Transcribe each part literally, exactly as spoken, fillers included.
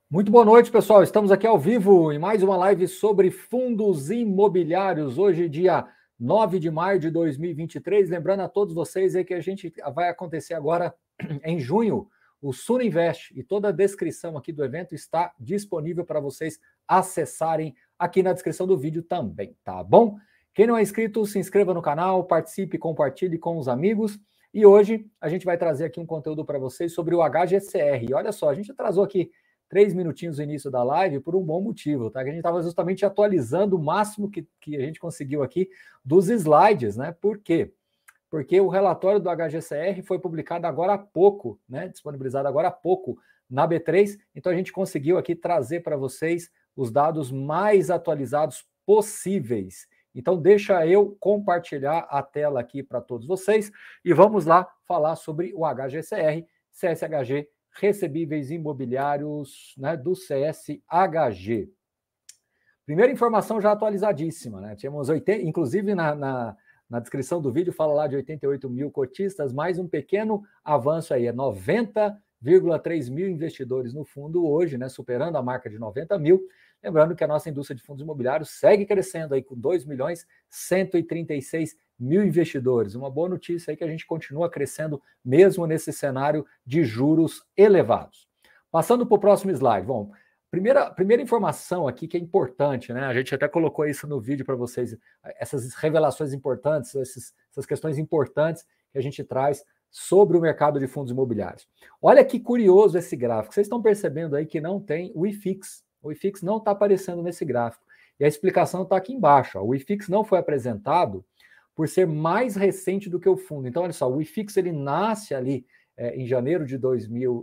Muito boa noite, pessoal. Estamos aqui ao vivo em mais uma live sobre fundos imobiliários. Hoje, dia nove de maio de dois mil e vinte e três. Lembrando a todos vocês aí que a gente vai acontecer agora em junho, o Suno Invest. E toda a descrição aqui do evento está disponível para vocês acessarem aqui na descrição do vídeo também, tá bom? Quem não é inscrito, se inscreva no canal, participe, compartilhe com os amigos. E hoje a gente vai trazer aqui um conteúdo para vocês sobre o H G C R. E olha só, a gente atrasou aqui três minutinhos no início da live por um bom motivo, tá? Que a gente estava justamente atualizando o máximo que, que a gente conseguiu aqui dos slides, né? Por quê? Porque o relatório do H G C R foi publicado agora há pouco, né? Disponibilizado agora há pouco na B três, então a gente conseguiu aqui trazer para vocês os dados mais atualizados possíveis. Então deixa eu compartilhar a tela aqui para todos vocês e vamos lá falar sobre o H G C R, C S H G, recebíveis imobiliários, né, do C S H G. Primeira informação já atualizadíssima, né? Tínhamos oitenta, inclusive na, na, na descrição do vídeo fala lá de oitenta e oito mil cotistas, mais um pequeno avanço aí, é noventa vírgula três mil investidores no fundo hoje, né, superando a marca de noventa mil. Lembrando que a nossa indústria de fundos imobiliários segue crescendo aí com dois milhões cento e trinta e seis mil investidores. Uma boa notícia aí que a gente continua crescendo mesmo nesse cenário de juros elevados. Passando para o próximo slide. Bom, primeira, primeira informação aqui que é importante, né? A gente até colocou isso no vídeo para vocês, essas revelações importantes, esses, essas questões importantes que a gente traz sobre o mercado de fundos imobiliários. Olha que curioso esse gráfico. Vocês estão percebendo aí que não tem o I F I X. O I F I X não está aparecendo nesse gráfico. E a explicação está aqui embaixo. Ó. O I F I X não foi apresentado por ser mais recente do que o fundo. Então, olha só, o I F I X ele nasce ali é, em janeiro de dois mil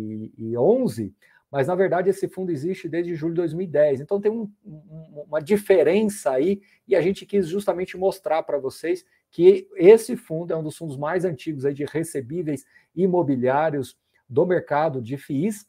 e onze, mas na verdade esse fundo existe desde julho de dois mil e dez. Então tem um, um, uma diferença aí e a gente quis justamente mostrar para vocês que esse fundo é um dos fundos mais antigos aí de recebíveis imobiliários do mercado de F I Is,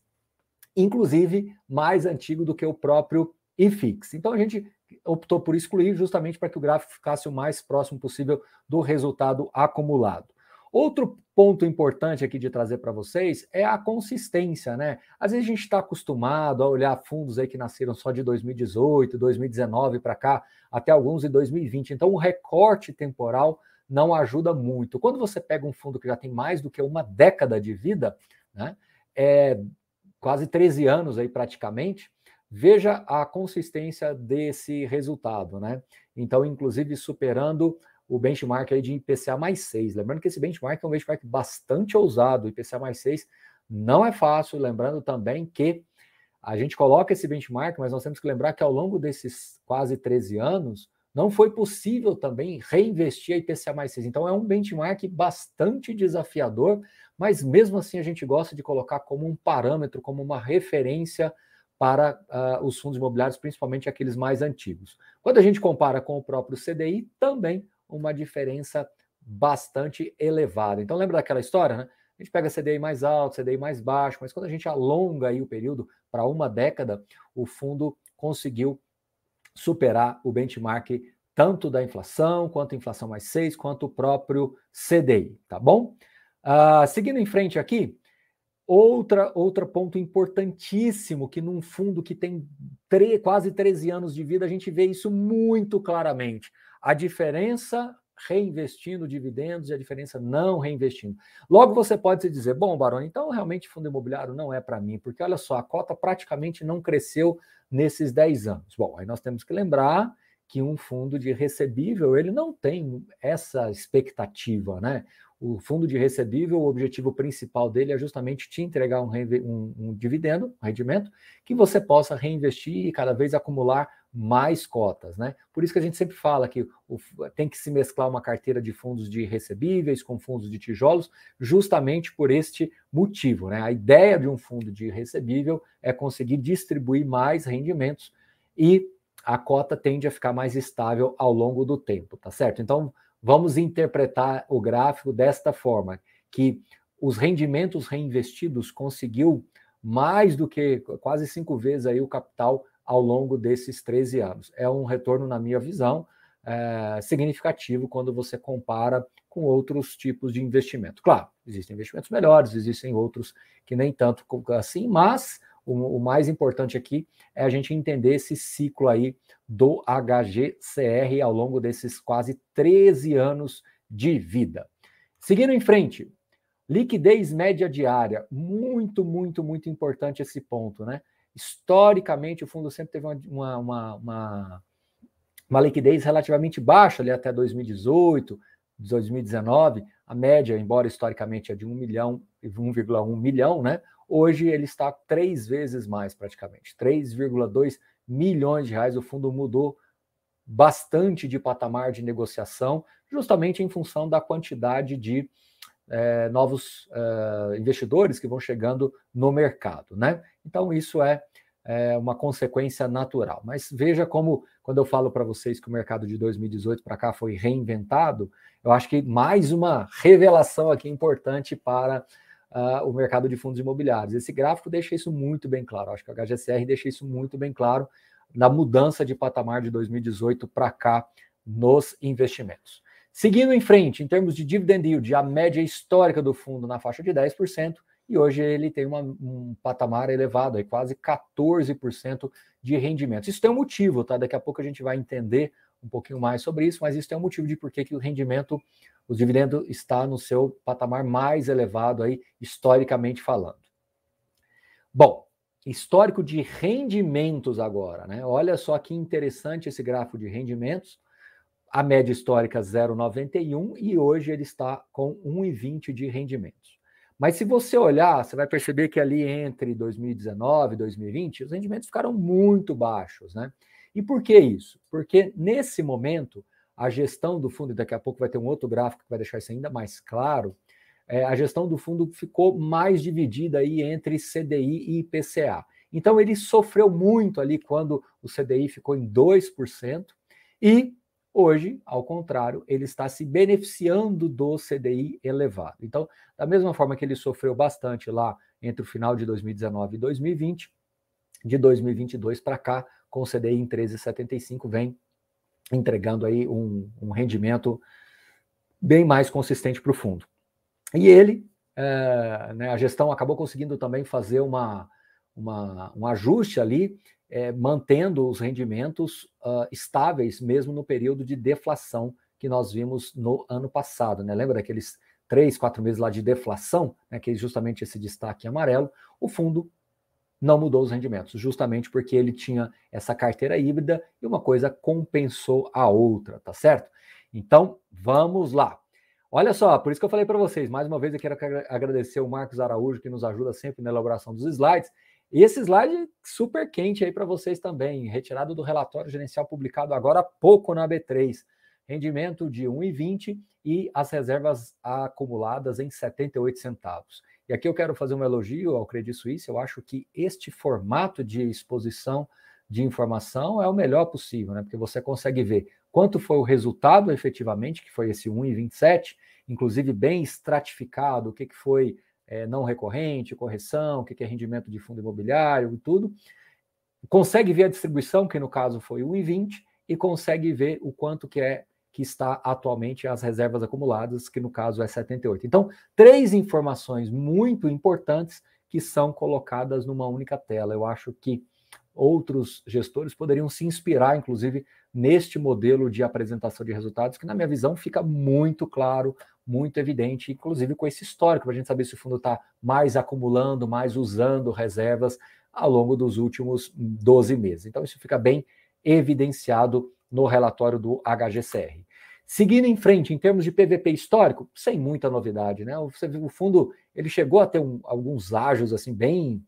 inclusive mais antigo do que o próprio I F I X. Então a gente optou por excluir justamente para que o gráfico ficasse o mais próximo possível do resultado acumulado. Outro ponto importante aqui de trazer para vocês é a consistência, né? Às vezes a gente está acostumado a olhar fundos aí que nasceram só de dois mil e dezoito, dois mil e dezenove para cá, até alguns em dois mil e vinte. Então o recorte temporal não ajuda muito. Quando você pega um fundo que já tem mais do que uma década de vida, né? É, quase treze anos aí praticamente, veja a consistência desse resultado, né? Então, inclusive, superando o benchmark aí de I P C A mais seis. Lembrando que esse benchmark é um benchmark bastante ousado, o I P C A mais seis não é fácil, lembrando também que a gente coloca esse benchmark, mas nós temos que lembrar que ao longo desses quase treze anos, não foi possível também reinvestir a I P C A mais seis. Então, é um benchmark bastante desafiador, mas mesmo assim a gente gosta de colocar como um parâmetro, como uma referência para uh, os fundos imobiliários, principalmente aqueles mais antigos. Quando a gente compara com o próprio C D I, também uma diferença bastante elevada. Então lembra daquela história, né? A gente pega C D I mais alto, C D I mais baixo, mas quando a gente alonga aí o período para uma década, o fundo conseguiu superar o benchmark tanto da inflação, quanto a inflação mais seis, quanto o próprio C D I, tá bom? Uh, seguindo em frente aqui, Outra, outro ponto importantíssimo, que num fundo que tem tre- quase treze anos de vida, a gente vê isso muito claramente. A diferença reinvestindo dividendos e a diferença não reinvestindo. Logo você pode se dizer, bom, Baroni, então realmente fundo imobiliário não é para mim, porque olha só, a cota praticamente não cresceu nesses dez anos. Bom, aí nós temos que lembrar que um fundo de recebível, ele não tem essa expectativa, né? O fundo de recebível, o objetivo principal dele é justamente te entregar um, um, um dividendo, um rendimento, que você possa reinvestir e cada vez acumular mais cotas, né? Por isso que a gente sempre fala que o, tem que se mesclar uma carteira de fundos de recebíveis com fundos de tijolos, justamente por este motivo, né? A ideia de um fundo de recebível é conseguir distribuir mais rendimentos e a cota tende a ficar mais estável ao longo do tempo, tá certo? Então, vamos interpretar o gráfico desta forma, que os rendimentos reinvestidos conseguiu mais do que quase cinco vezes aí o capital ao longo desses treze anos. É um retorno, na minha visão, é, significativo quando você compara com outros tipos de investimento. Claro, existem investimentos melhores, existem outros que nem tanto assim, mas o, o mais importante aqui é a gente entender esse ciclo aí do H G C R ao longo desses quase treze anos de vida. Seguindo em frente, liquidez média diária, muito, muito, muito importante esse ponto, né? Historicamente, o fundo sempre teve uma, uma, uma, uma liquidez relativamente baixa ali até dois mil e dezoito, dois mil e dezenove, a média, embora historicamente é de um milhão, um vírgula um milhão, né? Hoje ele está três vezes mais praticamente, três vírgula dois milhões de reais. O fundo mudou bastante de patamar de negociação, justamente em função da quantidade de é, novos é, investidores que vão chegando no mercado, né? Então isso é, é uma consequência natural. Mas veja como, quando eu falo para vocês que o mercado de dois mil e dezoito para cá foi reinventado, eu acho que mais uma revelação aqui importante para uh, o mercado de fundos imobiliários. Esse gráfico deixa isso muito bem claro. Eu acho que o H G C R deixa isso muito bem claro na mudança de patamar de dois mil e dezoito para cá nos investimentos. Seguindo em frente, em termos de dividend yield, a média histórica do fundo na faixa de dez por cento, e hoje ele tem uma, um patamar elevado, aí quase quatorze por cento de rendimentos. Isso tem um motivo, tá? Daqui a pouco a gente vai entender um pouquinho mais sobre isso, mas isso tem um motivo de por que o rendimento, o dividendo está no seu patamar mais elevado aí, historicamente falando. Bom, histórico de rendimentos agora, né? Olha só que interessante esse gráfico de rendimentos. A média histórica zero vírgula noventa e um e hoje ele está com um vírgula vinte de rendimentos. Mas se você olhar, você vai perceber que ali entre dois mil e dezenove e dois mil e vinte, os rendimentos ficaram muito baixos, né? E por que isso? Porque nesse momento, a gestão do fundo, e daqui a pouco vai ter um outro gráfico que vai deixar isso ainda mais claro, é, a gestão do fundo ficou mais dividida aí entre C D I e I P C A. Então ele sofreu muito ali quando o C D I ficou em dois por cento e hoje, ao contrário, ele está se beneficiando do C D I elevado. Então, da mesma forma que ele sofreu bastante lá entre o final de dois mil e dezenove e dois mil e vinte, de dois mil e vinte e dois para cá, com o C D I em treze vírgula setenta e cinco, vem entregando aí um, um rendimento bem mais consistente para o fundo. E ele, é, né, a gestão acabou conseguindo também fazer uma, uma, um ajuste ali, É, mantendo os rendimentos uh, estáveis, mesmo no período de deflação que nós vimos no ano passado, né? Lembra daqueles três, quatro meses lá de deflação, né, que é justamente esse destaque amarelo? O fundo não mudou os rendimentos, justamente porque ele tinha essa carteira híbrida e uma coisa compensou a outra, tá certo? Então, vamos lá. Olha só, por isso que eu falei para vocês, mais uma vez eu quero agradecer o Marcos Araújo, que nos ajuda sempre na elaboração dos slides. E esse slide super quente aí para vocês também, retirado do relatório gerencial publicado agora há pouco na B três. Rendimento de um vírgula vinte e as reservas acumuladas em setenta e oito centavos. E aqui eu quero fazer um elogio ao Credit Suisse. Eu acho que este formato de exposição de informação é o melhor possível, né? Porque você consegue ver quanto foi o resultado efetivamente, que foi esse um vírgula vinte e sete, inclusive bem estratificado, o que, que foi É, não recorrente, correção, o que é rendimento de fundo imobiliário e tudo. Consegue ver a distribuição, que no caso foi um vírgula vinte, e consegue ver o quanto que é que está atualmente as reservas acumuladas, que no caso é setenta e oito. Então, três informações muito importantes que são colocadas numa única tela. Eu acho que outros gestores poderiam se inspirar, inclusive, neste modelo de apresentação de resultados, que, na minha visão, fica muito claro, muito evidente, inclusive com esse histórico, para a gente saber se o fundo está mais acumulando, mais usando reservas ao longo dos últimos doze meses. Então, isso fica bem evidenciado no relatório do H G C R. Seguindo em frente, em termos de P V P histórico, sem muita novidade, né? Você viu, o fundo ele chegou a ter um, alguns ágios assim, bem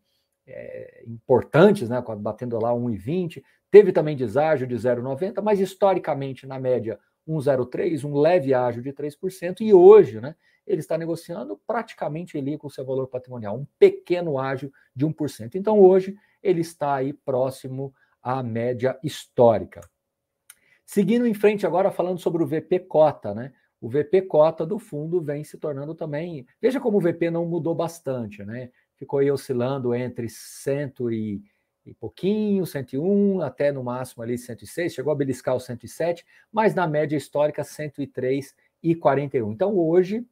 é, importantes, né? Batendo lá um vírgula vinte, teve também deságio de zero vírgula noventa, mas historicamente, na média, um vírgula zero três, um leve ágio de três por cento, e hoje, né, ele está negociando praticamente ali com o seu valor patrimonial, um pequeno ágio de um por cento. Então, hoje, ele está aí próximo à média histórica. Seguindo em frente agora, falando sobre o V P Cota, né? O V P Cota do fundo vem se tornando também... Veja como o V P não mudou bastante, né? Ficou aí oscilando entre cento e... e pouquinho, cento e um, até no máximo ali cento e seis, chegou a beliscar o cento e sete, mas na média histórica cento e três e quarenta e um. Então hoje,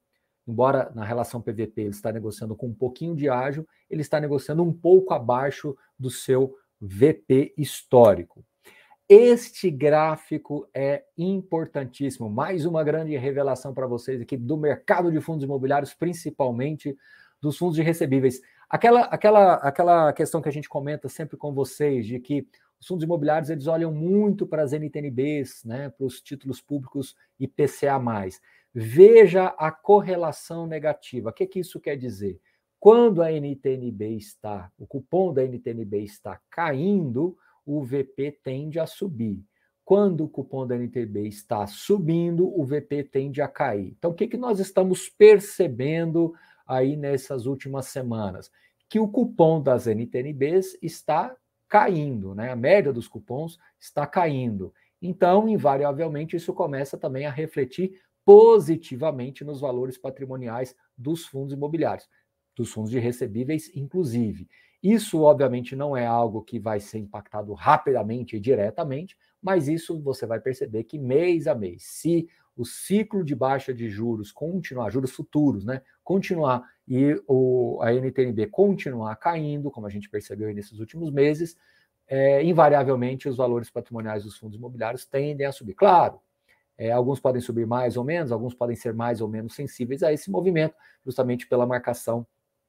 embora na relação P V P ele está negociando com um pouquinho de ágio, ele está negociando um pouco abaixo do seu V P histórico. Este gráfico é importantíssimo, mais uma grande revelação para vocês aqui do mercado de fundos imobiliários, principalmente dos fundos de recebíveis. Aquela, aquela, aquela questão que a gente comenta sempre com vocês, de que os fundos imobiliários eles olham muito para as N T N Bs, né, para os títulos públicos I P C A mais. Veja a correlação negativa. O que, que isso quer dizer? Quando a N T N B está, o cupom da N T N B está caindo, o V P tende a subir. Quando o cupom da N T N B está subindo, o V P tende a cair. Então, o que, que nós estamos percebendo aí nessas últimas semanas? Que o cupom das N T N Bs está caindo, né? A média dos cupons está caindo. Então, invariavelmente, isso começa também a refletir positivamente nos valores patrimoniais dos fundos imobiliários, dos fundos de recebíveis, inclusive. Isso, obviamente, não é algo que vai ser impactado rapidamente e diretamente, mas isso você vai perceber que mês a mês, se o ciclo de baixa de juros continuar, juros futuros, né, continuar e o, a N T N B continuar caindo, como a gente percebeu aí nesses últimos meses, é, invariavelmente os valores patrimoniais dos fundos imobiliários tendem a subir. Claro, é, alguns podem subir mais ou menos, alguns podem ser mais ou menos sensíveis a esse movimento, justamente pela marcação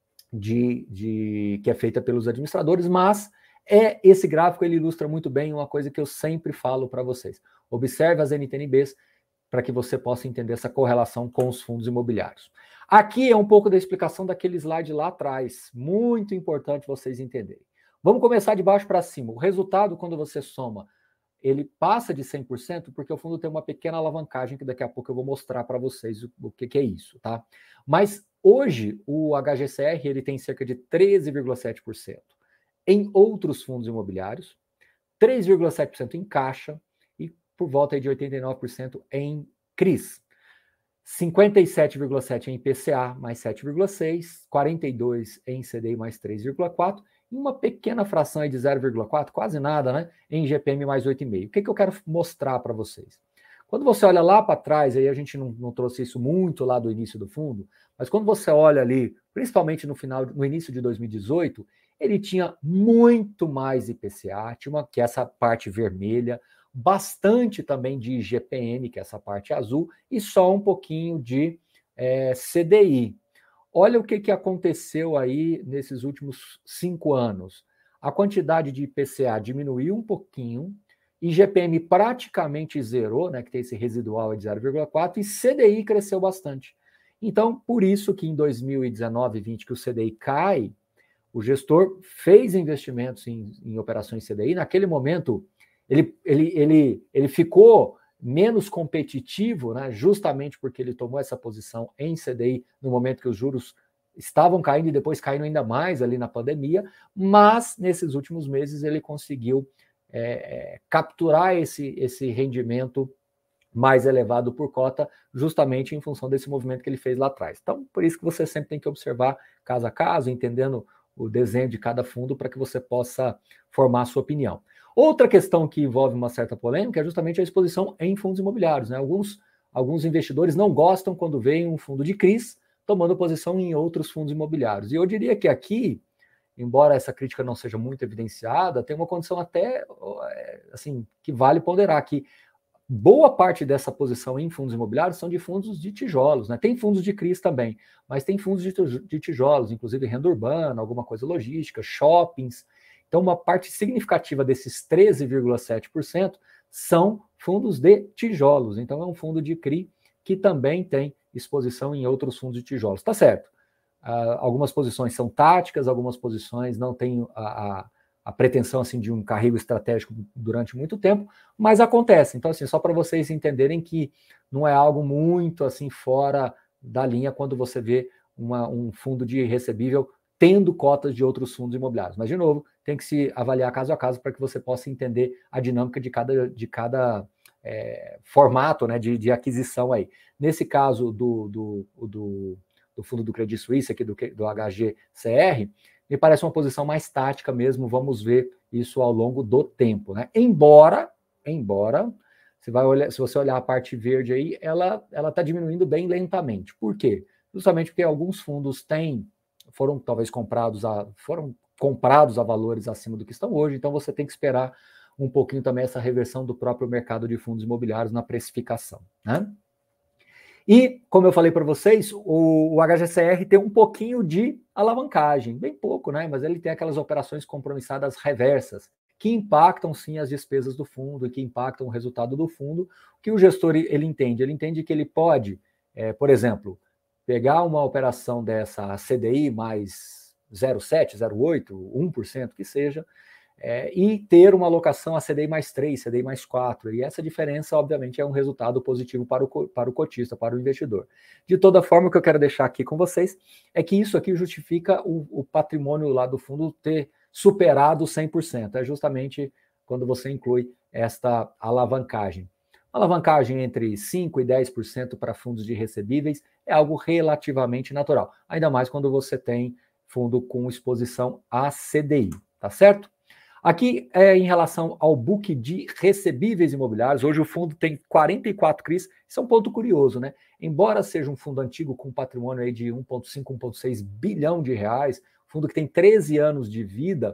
De, de, que é feita pelos administradores, mas é esse gráfico ele ilustra muito bem uma coisa que eu sempre falo para vocês. Observe as N T N Bs para que você possa entender essa correlação com os fundos imobiliários. Aqui é um pouco da explicação daquele slide lá atrás, muito importante vocês entenderem. Vamos começar de baixo para cima. O resultado, quando você soma, ele passa de cem por cento porque o fundo tem uma pequena alavancagem que daqui a pouco eu vou mostrar para vocês o, o que, que é isso, tá? Mas hoje o H G C R ele tem cerca de treze vírgula sete por cento em outros fundos imobiliários, três vírgula sete por cento em caixa e por volta de oitenta e nove por cento em C R Is. cinquenta e sete vírgula sete por cento em I P C A mais sete vírgula seis por cento, quarenta e dois por cento em C D I mais três vírgula quatro por cento, e uma pequena fração aí de zero vírgula quatro por cento, quase nada, né? Em G P M mais oito vírgula cinco por cento. O que, que eu quero mostrar para vocês? Quando você olha lá para trás, aí a gente não, não trouxe isso muito lá do início do fundo, mas quando você olha ali, principalmente no final, no início de dois mil e dezoito, ele tinha muito mais I P C A, tinha uma, que é essa parte vermelha, bastante também de G P M, que é essa parte azul, e só um pouquinho de é, C D I. Olha o que, que aconteceu aí nesses últimos cinco anos. A quantidade de I P C A diminuiu um pouquinho, I G P M praticamente zerou, né, que tem esse residual de zero vírgula quatro, e C D I cresceu bastante. Então, por isso que em dois mil e dezenove e vinte, que o C D I cai, o gestor fez investimentos em, em operações C D I. Naquele momento, ele, ele, ele, ele ficou menos competitivo, né, justamente porque ele tomou essa posição em C D I no momento que os juros estavam caindo e depois caindo ainda mais ali na pandemia, mas nesses últimos meses ele conseguiu é, capturar esse, esse rendimento mais elevado por cota, justamente em função desse movimento que ele fez lá atrás. Então, por isso que você sempre tem que observar caso a caso, entendendo o desenho de cada fundo para que você possa formar a sua opinião. Outra questão que envolve uma certa polêmica é justamente a exposição em fundos imobiliários, né? Alguns, alguns investidores não gostam quando veem um fundo de C R Is tomando posição em outros fundos imobiliários. E eu diria que aqui, embora essa crítica não seja muito evidenciada, tem uma condição até assim que vale ponderar que boa parte dessa posição em fundos imobiliários são de fundos de tijolos, né? Tem fundos de C R Is também, mas tem fundos de tijolos, inclusive renda urbana, alguma coisa logística, shoppings. Então, uma parte significativa desses treze vírgula sete por cento são fundos de tijolos. Então, é um fundo de C R I que também tem exposição em outros fundos de tijolos. Tá certo. Uh, algumas posições são táticas, algumas posições não têm a, a, a pretensão assim, de um carrego estratégico durante muito tempo, mas acontece. Então, assim, só para vocês entenderem que não é algo muito assim fora da linha quando você vê uma, um fundo de recebível tendo cotas de outros fundos imobiliários. Mas, de novo, tem que se avaliar caso a caso para que você possa entender a dinâmica de cada, de cada é, formato, né, de, de aquisição aí. Nesse caso do, do, do, do fundo do Credit Suisse, aqui do, do H G C R, me parece uma posição mais tática mesmo, vamos ver isso ao longo do tempo, né? Embora, embora, você vai olhar, se você olhar a parte verde aí, ela ela está diminuindo bem lentamente. Por quê? justamente porque alguns fundos têm, foram talvez comprados a, foram comprados a valores acima do que estão hoje, então você tem que esperar um pouquinho também essa reversão do próprio mercado de fundos imobiliários na precificação, né? E, como eu falei para vocês, o, o H G C R tem um pouquinho de alavancagem, bem pouco, né? Mas ele tem aquelas operações compromissadas reversas, que impactam sim as despesas do fundo e que impactam o resultado do fundo. O que o gestor ele entende? Ele entende que ele pode, é, por exemplo, pegar uma operação dessa C D I mais zero vírgula sete, zero vírgula oito, um por cento que seja, É, e ter uma alocação a C D I mais três, C D I mais quatro. E essa diferença, obviamente, é um resultado positivo para o, para o cotista, para o investidor. De toda forma, o que eu quero deixar aqui com vocês é que isso aqui justifica o, o patrimônio lá do fundo ter superado cem por cento. É justamente quando você inclui esta alavancagem. Uma alavancagem entre cinco por cento e dez por cento para fundos de recebíveis é algo relativamente natural. Ainda mais quando você tem fundo com exposição a C D I, tá certo? Aqui é em relação ao book de recebíveis imobiliários. Hoje o fundo tem quarenta e quatro C R Is. Isso é um ponto curioso, né? Embora seja um fundo antigo com patrimônio aí de um vírgula cinco, um vírgula seis bilhão de reais, fundo que tem treze anos de vida,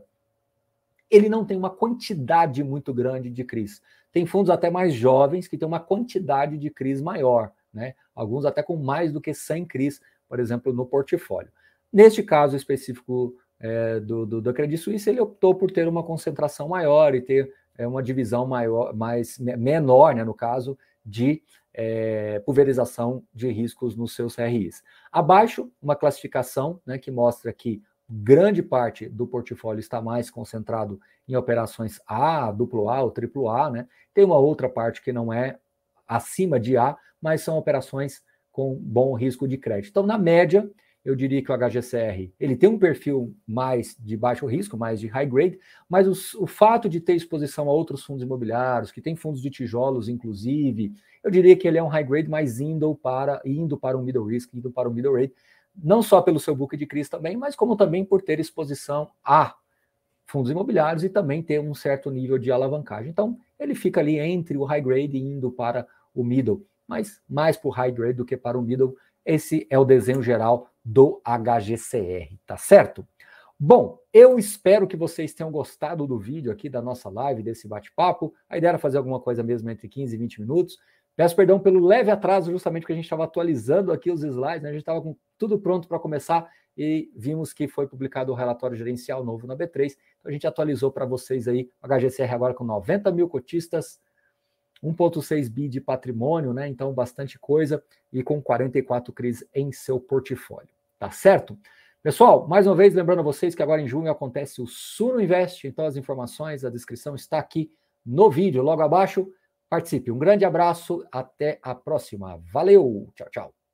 ele não tem uma quantidade muito grande de C R Is. Tem fundos até mais jovens que têm uma quantidade de C R Is maior, né? Alguns até com mais do que cem C R Is, por exemplo, no portfólio. Neste caso específico É, do, do, do Credit Suisse, ele optou por ter uma concentração maior e ter é, uma divisão maior, mais, menor, né, no caso, de é, pulverização de riscos nos seus C R Is. Abaixo, uma classificação, né, que mostra que grande parte do portfólio está mais concentrado em operações A, duplo A ou triplo A, né? Tem uma outra parte que não é acima de A, mas são operações com bom risco de crédito. Então, na média, eu diria que o H G C R ele tem um perfil mais de baixo risco, mais de high grade, mas os, o fato de ter exposição a outros fundos imobiliários, que tem fundos de tijolos, inclusive, eu diria que ele é um high grade, mas indo para, indo para um middle risk, indo para um middle rate, não só pelo seu book de C R Is também, mas como também por ter exposição a fundos imobiliários e também ter um certo nível de alavancagem. Então, ele fica ali entre o high grade e indo para o middle, mas mais para o high grade do que para o middle. Esse é o desenho geral do H G C R, tá certo? Bom, eu espero que vocês tenham gostado do vídeo aqui, da nossa live, desse bate-papo. A ideia era fazer alguma coisa mesmo entre quinze e vinte minutos. Peço perdão pelo leve atraso, justamente porque a gente estava atualizando aqui os slides, né? A gente estava com tudo pronto para começar e vimos que foi publicado o relatório gerencial novo na B três. Então a gente atualizou para vocês aí o H G C R agora com noventa mil cotistas, um vírgula seis bi de patrimônio, né? Então bastante coisa, e com quarenta e quatro C R Is em seu portfólio, tá certo? Pessoal, mais uma vez lembrando a vocês que agora em junho acontece o Suno Invest, então as informações, a descrição está aqui no vídeo, logo abaixo. Participe. Um grande abraço, até a próxima. Valeu, tchau, tchau.